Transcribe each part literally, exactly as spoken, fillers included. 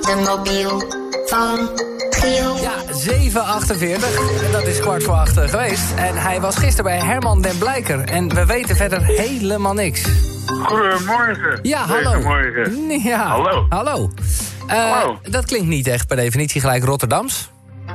de mobiel van Giel. Ja, zeven achtenveertig. En dat is kwart voor acht geweest. En hij was gisteren bij Herman den Blijker. En we weten verder helemaal niks. Goedemorgen. Ja, hallo. Goedemorgen. Ja, hallo. Hallo. Uh, hallo. Dat klinkt niet echt per definitie gelijk Rotterdams.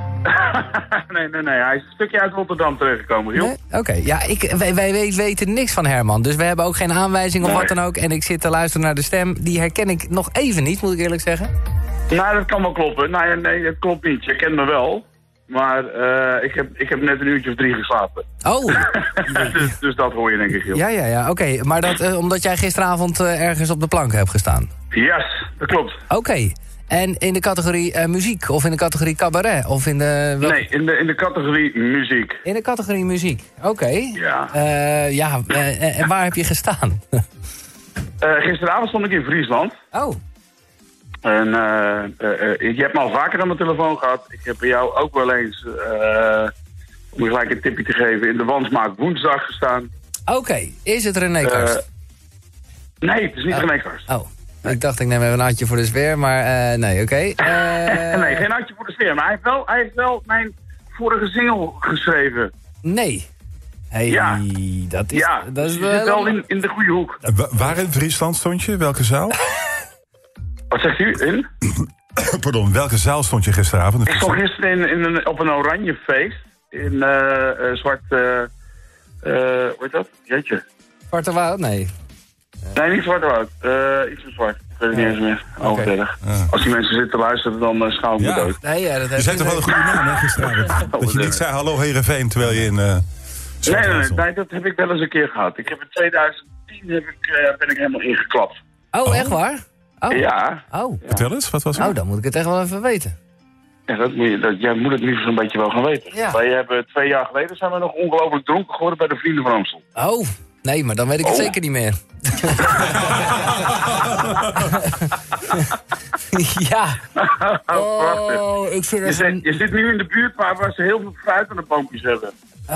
nee, nee, nee. Hij is een stukje uit Rotterdam terechtgekomen, joh. Nee? Oké, okay. Ja, ik, wij, wij weten niks van Herman. Dus we hebben ook geen aanwijzing of nee. wat dan ook. En ik zit te luisteren naar de stem. Die herken ik nog even niet, moet ik eerlijk zeggen. Nou, dat kan wel kloppen. Nee, nee, dat klopt niet. Je kent me wel. Maar uh, ik, heb, ik heb net een uurtje of drie geslapen. Oh. dus, dus dat hoor je denk ik, joh. Ja, ja, ja. Oké. Okay. Maar dat uh, omdat jij gisteravond uh, ergens op de plank hebt gestaan? Yes, dat klopt. Oké. Okay. En in de categorie uh, muziek of in de categorie cabaret? Of in de, wel... Nee, in de, in de categorie muziek. In de categorie muziek, oké. Okay. Ja. Uh, ja, uh, en waar heb je gestaan? uh, gisteravond stond ik in Friesland. Oh. En uh, uh, uh, je hebt me al vaker aan mijn telefoon gehad. Ik heb bij jou ook wel eens, uh, om je gelijk een tipje te geven, in de Wansmaak woensdag gestaan. Oké, okay. Is het René Karst? Uh, nee, het is niet oh. René Karst. Oh. Ik dacht, ik neem even een handje voor de sfeer, maar uh, nee, oké. Okay. Uh... nee, geen handje voor de sfeer, maar hij heeft wel, hij heeft wel mijn vorige single geschreven. Nee. Hey, ja. Dat is, ja, dat is je zit wel in, in de goede hoek. Uh, waar in Friesland stond je? Welke zaal? Wat zegt u, in? Pardon, welke zaal stond je gisteravond? Ik stond gisteren in, in een, op een oranje feest. In uh, uh, zwart, uh, uh, hoe heet dat? Jeetje. Zwarte Woud? Nee. Nee, niet Zwarte Woud. Uh, iets van zwart. Ik weet het niet eens meer. Okay. Ja. Als die mensen zitten luisteren, dan uh, schouw ik ja. me dood. Nee, ja, dat je zei toch wel een goede naam, hè, gisteravond? oh, dat je niet zei hallo Heerenveen, terwijl je in... Uh, nee, nee, nee, nee, dat heb ik wel eens een keer gehad. Ik heb in twintig tien heb ik, uh, ben ik helemaal ingeklapt. Oh, oh. Echt waar? Oh. Ja. Oh. Vertel eens, wat was het? Oh, dan moet ik het echt wel even weten. Ja, dat moet je, dat, jij moet het nu zo'n beetje wel gaan weten. Ja. Wij hebben twee jaar geleden zijn we nog ongelooflijk dronken geworden bij de Vrienden van Amstel. Oh, nee, maar dan weet ik het oh. zeker niet meer. ja. Oh, ik vind je, zit, je zit nu in de buurt waar, waar ze heel veel fruit aan de boompjes hebben. Uh,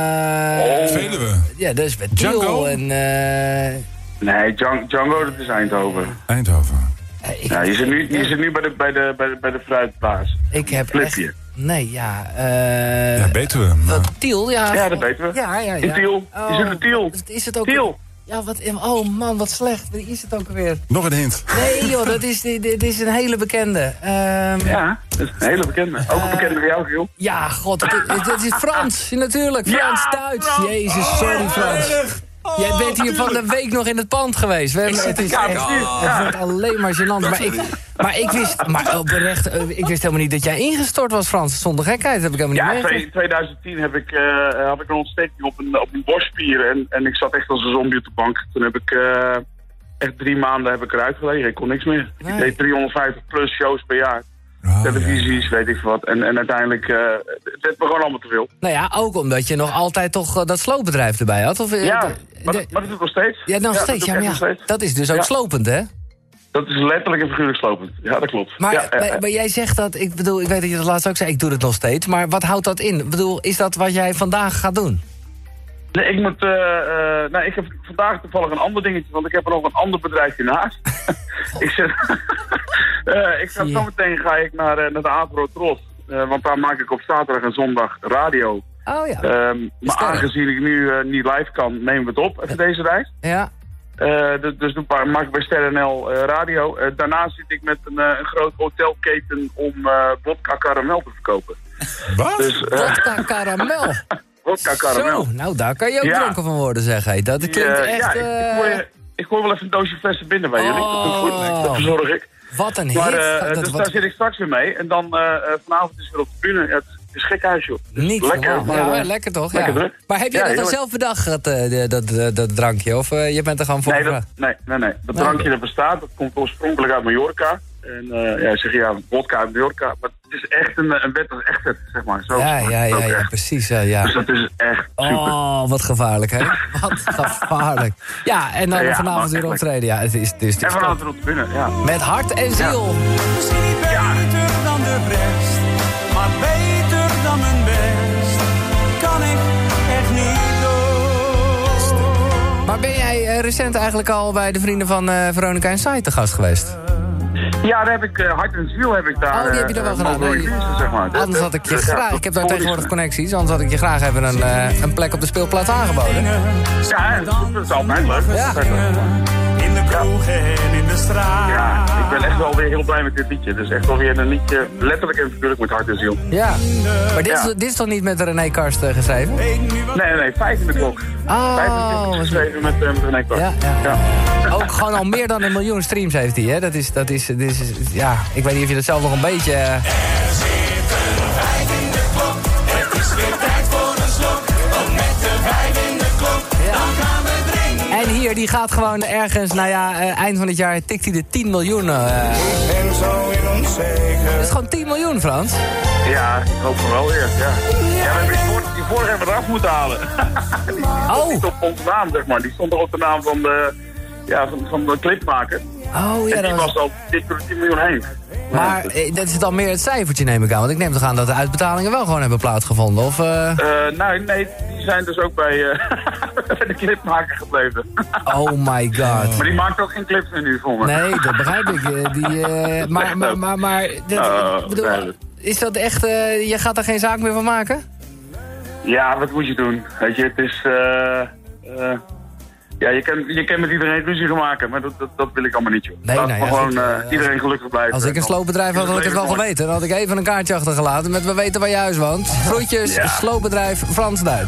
oh. Veluwe. Ja, dat is met Tiel en... Uh... Nee, Django, dat is Eindhoven. Eindhoven. Uh, ja, je zit nu, je zit nu bij de, bij de, bij de, bij de fruitbaas. Ik heb Flipje. Echt... Nee, ja... Uh... Ja, Betuwe. Maar... Tiel, ja. Ja, dat weten we. Ja, ja, ja. In Tiel. Oh. Je zit in Tiel. Is het ook... Tiel. Ja, wat... Oh man, wat slecht. Wie is het ook alweer? Nog een hint. Nee joh, dat is, dit, dit is een hele bekende. Um... Ja, dat is een hele bekende. Ook een bekende bij jou, Giel. Ja, god, het, het is Frans, natuurlijk. Frans-Duits. Ja, Jezus, sorry Frans. Oh, Jij bent hier van de week nog in het pand geweest. We hebben, het is echt, oh, het wordt alleen maar gênant. Maar ik, maar ik wist, maar oprecht, ik wist helemaal niet dat jij ingestort was, Frans. Zonder gekheid, heb ik helemaal niet meegemaakt. Ja, in twintig tien heb ik, uh, had ik een ontsteking op een, op een borstspier. En, en ik zat echt als een zombie op de bank. Toen heb ik uh, echt drie maanden heb ik eruit gelegen. Ik kon niks meer. Nee. Ik deed driehonderdvijftig plus shows per jaar. Oh, televisies, ja. Weet ik wat. En, en uiteindelijk, uh, het werd me gewoon allemaal te veel. Nou ja, ook omdat je nog altijd toch uh, dat sloopbedrijf erbij had. Of, uh, ja, de, maar, maar dat doe ik nog steeds. Ja, nog ja, steeds. Ja, maar ja, steeds. Dat is dus ook ja. slopend, hè? Dat is letterlijk en figuurlijk slopend. Ja, dat klopt. Maar, ja, maar, uh, maar jij zegt dat, ik bedoel, ik weet dat je dat laatst ook zei, ik doe het nog steeds. Maar wat houdt dat in? Ik bedoel, is dat wat jij vandaag gaat doen? Nee, ik moet, uh, uh, nou, ik heb vandaag toevallig een ander dingetje, want ik heb er nog een ander bedrijfje naast. ik zeg, uh, ik ga zo meteen ga ik naar, uh, naar de Avro Tros, uh, want daar maak ik op zaterdag en zondag radio. Oh ja. Um, maar aangezien ik nu uh, niet live kan, nemen we het op, even deze reis. Ja. Uh, dus dus doe, maak ik bij Ster N L uh, radio. Uh, daarnaast zit ik met een, uh, een groot hotelketen om uh, vodka karamel te verkopen. Wat? Dus, uh, vodka karamel? Vodka karamel. Zo, nou daar kan je ook ja. dronken van worden, zeg hij. Dat klinkt uh, echt... Ja, uh... ik, gooi, ik gooi wel even een doosje flessen binnen bij jullie. Oh. Dat, goed, dat verzorg ik. Wat een hit. Maar, uh, dat, dus wat... daar zit ik straks weer mee. En dan uh, vanavond is weer op de bühne. Ja, het is gek huis, joh. Dus niet lekker. Maar, ja, uh, lekker toch? Lekker ja. druk. Maar heb je ja, dat dan zelf bedacht, dat, dat, dat, dat, dat drankje? Of uh, je bent er gewoon voor? Nee, dat, nee, nee, nee. Dat drankje nee. dat bestaat, dat komt oorspronkelijk uit Mallorca. En uh, ja, zeg je ja, vodka uit Mallorca. Maar het is echt een, een wet als echt, zeg maar. Zo, ja, ja, ja, ja, ja, precies. Ja, ja. Dus dat is echt super. Oh, wat gevaarlijk, hè? Wat gevaarlijk. Ja, en dan ja, ja, vanavond weer optreden. Ja, het is, het is, het is en vanavond weer op de binnen, ja. Met hart en ziel. Ja. Misschien niet beter dan de rest, maar beter dan mijn best. Kan ik echt niet door. Maar ben jij uh, recent eigenlijk al bij de vrienden van uh, Veronica en Sai te gast geweest? Ja, daar heb ik uh, hart en ziel heb ik daar. Oh, die heb je er wel uh, gedaan. Nee. Kiezen, zeg maar. Anders had ik je graag... Ik heb daar tegenwoordig connecties. Anders had ik je graag even een, uh, een plek op de speelplaats aangeboden. Ja, dat is altijd leuk. Ja. In de kroeg en in de straat. Ja, ik ben echt wel weer heel blij met dit liedje. Het is echt wel weer een liedje, letterlijk en figuurlijk met hart en ziel. Ja, maar dit is, Ja. dit is toch niet met René Karst uh, geschreven? Nee, nee, nee, vijf in de klok. Oh, Vijf in de klok is geschreven met, uh, met René Karst. Ja, ja. ja. Ook gewoon al meer dan een miljoen streams heeft hij, hè? Dat is, dat is, dat is, ja, ik weet niet of je dat zelf nog een beetje... Uh... Er zitten vijf in de klok, het is weer tijd voor een slok. Want met de vijf in de klok, Ja. dan gaan we drinken. En hier, die gaat gewoon ergens, nou ja, uh, eind van het jaar tikt hij de tien miljoen. Uh... En zo in ons zegen. Dat is gewoon tien miljoen, Frans. Ja, ik hoop van wel weer, ja. Ja, we hebben die vorige, die vorige hebben we eraf moeten halen. die Oh. stond niet op onze naam, zeg maar. Die stond er op de naam van de, ja, van, van de clipmaker. Oh ja, en die dat was was... al dik door de tien miljoen heen. Maar Ja, eh, dat is dan meer het cijfertje, neem ik aan. Want ik neem toch aan dat de uitbetalingen wel gewoon hebben plaatsgevonden, of... Uh... Uh, nou, nee, die zijn dus ook bij, uh, bij de clipmaker gebleven. Oh my god. Maar die maakt ook geen clips meer nu voor me. Nee, dat begrijp ik. eh, Die, uh, maar, maar, maar, maar dat, Oh, ik bedoel, duidelijk. is dat echt... Uh, je gaat daar geen zaak meer van maken? Ja, wat moet je doen? Weet je, het is... Uh, uh, ja, je kan, je kan met iedereen ruzie gaan maken, maar dat, dat, dat wil ik allemaal niet, joh. Nee, Laat nou ja, gewoon goed, uh, uh, iedereen gelukkig blijven. Als ik een sloopbedrijf had, had ik het wel Mooi. geweten. Dan had ik even een kaartje achtergelaten met we weten waar je huis woont. Groetjes, Ja. sloopbedrijf Frans Duits.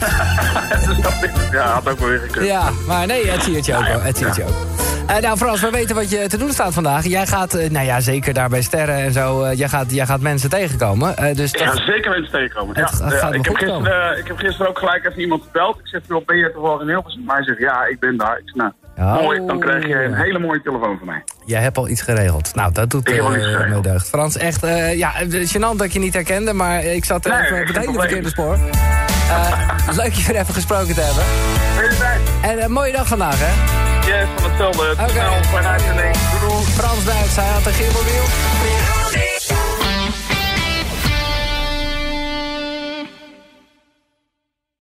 Ja, had ook wel weer gekund. Ja, maar nee, het zie je ook wel. Het zie je ook. Uh, nou Frans, we weten wat je te doen staat vandaag. Jij gaat, uh, nou ja, zeker daar bij Sterren en zo, uh, jij, gaat, jij gaat mensen tegenkomen. Uh, dus Ik ga dat... zeker mensen tegenkomen. Het Ja, gaat ja, wel ik, heb goed komen. gisteren, uh, ik heb gisteren ook gelijk even iemand gebeld. Ik zeg, joh, ben je toevallig in Hilversum? Maar hij zegt, ja, ik ben daar. Ik zeg, nou, Oh. mooi, dan krijg je een hele mooie telefoon van mij. Jij hebt al iets geregeld. Nou, dat doet Ik heb al iets uh, geregeld. mee deugd. Frans, echt, uh, ja, gênant dat ik je niet herkende, maar ik zat Nee, even geen op het hele probleem. verkeerde spoor. Uh, leuk je weer even gesproken te hebben. Hele tijd. En een mooie dag vandaag, hè? Yes, van hetzelfde. Oké. Snel, vanuit de link. Doei, doei. Frans Duits, hij had een gibbelwiel.